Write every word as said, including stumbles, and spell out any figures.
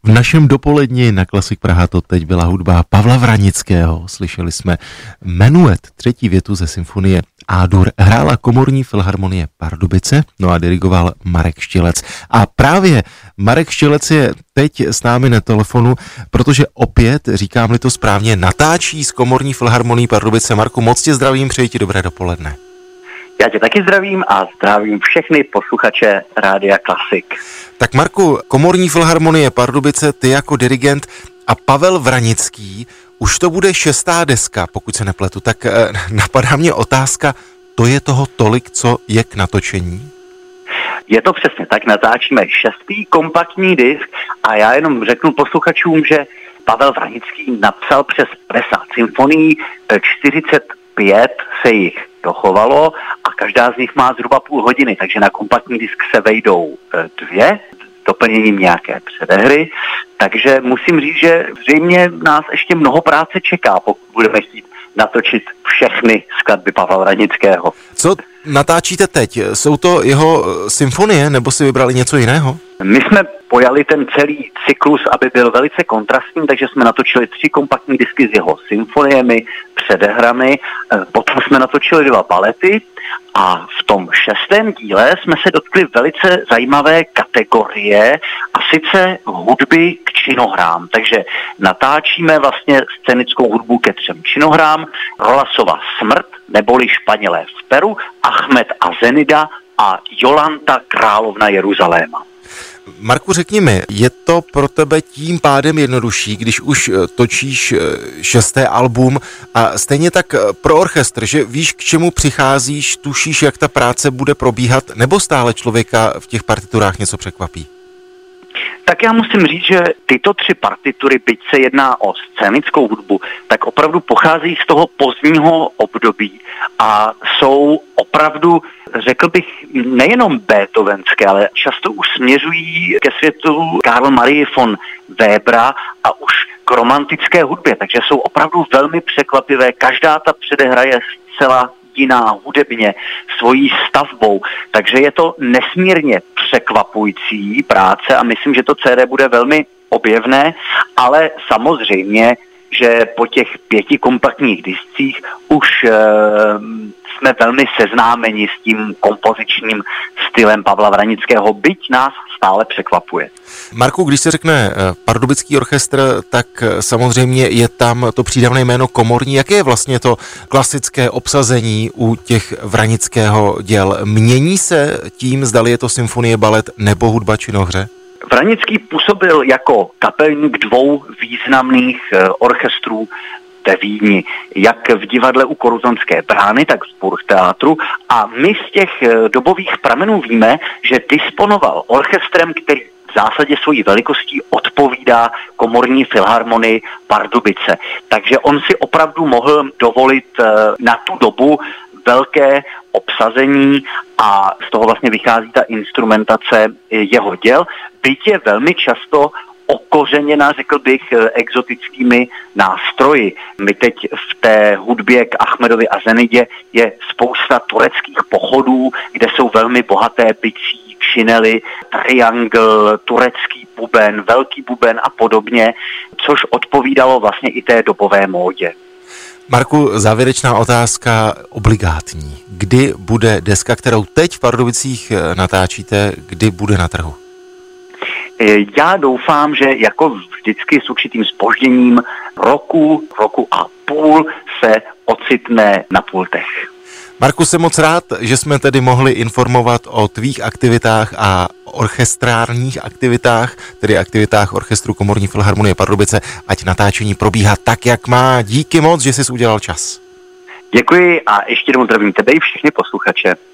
V našem dopoledni na Klasik Praha to teď byla hudba Pavla Vranického. Slyšeli jsme Menuet, třetí větu ze symfonie A-dur. Hrála Komorní filharmonie Pardubice, no a dirigoval Marek Štělec. A právě Marek Štělec je teď s námi na telefonu, protože opět, říkám-li to správně, natáčí s Komorní filharmonií Pardubice. Marku, moc tě zdravím, přeji ti dobré dopoledne. Já tě taky zdravím a zdravím všechny posluchače Rádia Klasik. Tak Marku, Komorní filharmonie Pardubice, ty jako dirigent a Pavel Vranický, už to bude šestá deska, pokud se nepletu, tak eh, napadá mě otázka, to je toho tolik, co je k natočení? Je to přesně tak, natáčíme šestý kompaktní disk a já jenom řeknu posluchačům, že Pavel Vranický napsal přes padesát symfonií, čtyřicet pět se jich dochovalo a každá z nich má zhruba půl hodiny, takže na kompaktní disk se vejdou dvě, doplněním nějaké předehry, takže musím říct, že zřejmě nás ještě mnoho práce čeká, pokud budeme chtít natočit všechny skladby Pavla Vranického. Co natáčíte teď? Jsou to jeho symfonie, nebo si vybrali něco jiného? My jsme pojali ten celý cyklus, aby byl velice kontrastní, takže jsme natočili tři kompaktní disky s jeho symfoniemi, předehrami, potom jsme natočili dva balety a v tom šestém díle jsme se dotkli velice zajímavé kategorie a sice hudby k činohrám. Takže natáčíme vlastně scénickou hudbu ke třem činohrám, Rolasova Smrt, neboli Španělé v Peru, Ahmed a Zenida a Jolanta královna Jeruzaléma. Marku, řekni mi, je to pro tebe tím pádem jednodušší, když už točíš šesté album a stejně tak pro orchestr, že víš, k čemu přicházíš, tušíš, jak ta práce bude probíhat, nebo stále člověka v těch partiturách něco překvapí? Tak já musím říct, že tyto tři partitury, byť se jedná o scénickou hudbu, tak opravdu pocházejí z toho pozdního období a jsou opravdu, řekl bych, nejenom beethovenské, ale často už směřují ke světu Karl Marie von Webera a už k romantické hudbě, takže jsou opravdu velmi překvapivé. Každá ta předehra je zcela jiná hudebně, svojí stavbou, takže je to nesmírně překvapující práce a myslím, že to C D bude velmi objevné, ale samozřejmě, že po těch pěti kompaktních discích už e, jsme velmi seznámeni s tím kompozičním stylem Pavla Vranického, byť nás stále překvapuje. Marku, když se řekne Pardubický orchestr, tak samozřejmě je tam to přídavné jméno komorní. Jaké je vlastně to klasické obsazení u těch Vranického děl? Mění se tím, zdali je to symfonie, balet nebo hudba činohře? Vranický působil jako kapelník dvou významných orchestrů ve Vídni, jak v divadle u Koruzanské brány, tak v Burgtheatru. A my z těch dobových pramenů víme, že disponoval orchestrem, který v zásadě svojí velikostí odpovídá Komorní filharmonii Pardubice. Takže on si opravdu mohl dovolit na tu dobu velké obsazení a z toho vlastně vychází ta instrumentace jeho děl, byť je velmi často okořeněna, řekl bych, exotickými nástroji. My teď v té hudbě k Ahmedovi a Zenidě je spousta tureckých pochodů, kde jsou velmi bohaté bicí, činely, triangl, turecký buben, velký buben a podobně, což odpovídalo vlastně i té dobové módě. Marku, závěrečná otázka obligátní. Kdy bude deska, kterou teď v Pardubicích natáčíte, kdy bude na trhu? Já doufám, že jako vždycky s určitým zpožděním roku, roku a půl se ocitne na pultech. Marku, jsem moc rád, že jsme tedy mohli informovat o tvých aktivitách a orchestrárních aktivitách, tedy aktivitách orchestru Komorní filharmonie Pardubice, ať natáčení probíhá tak, jak má. Díky moc, že jsi udělal čas. Děkuji a ještě jednou zdravím tebe i všechny posluchače.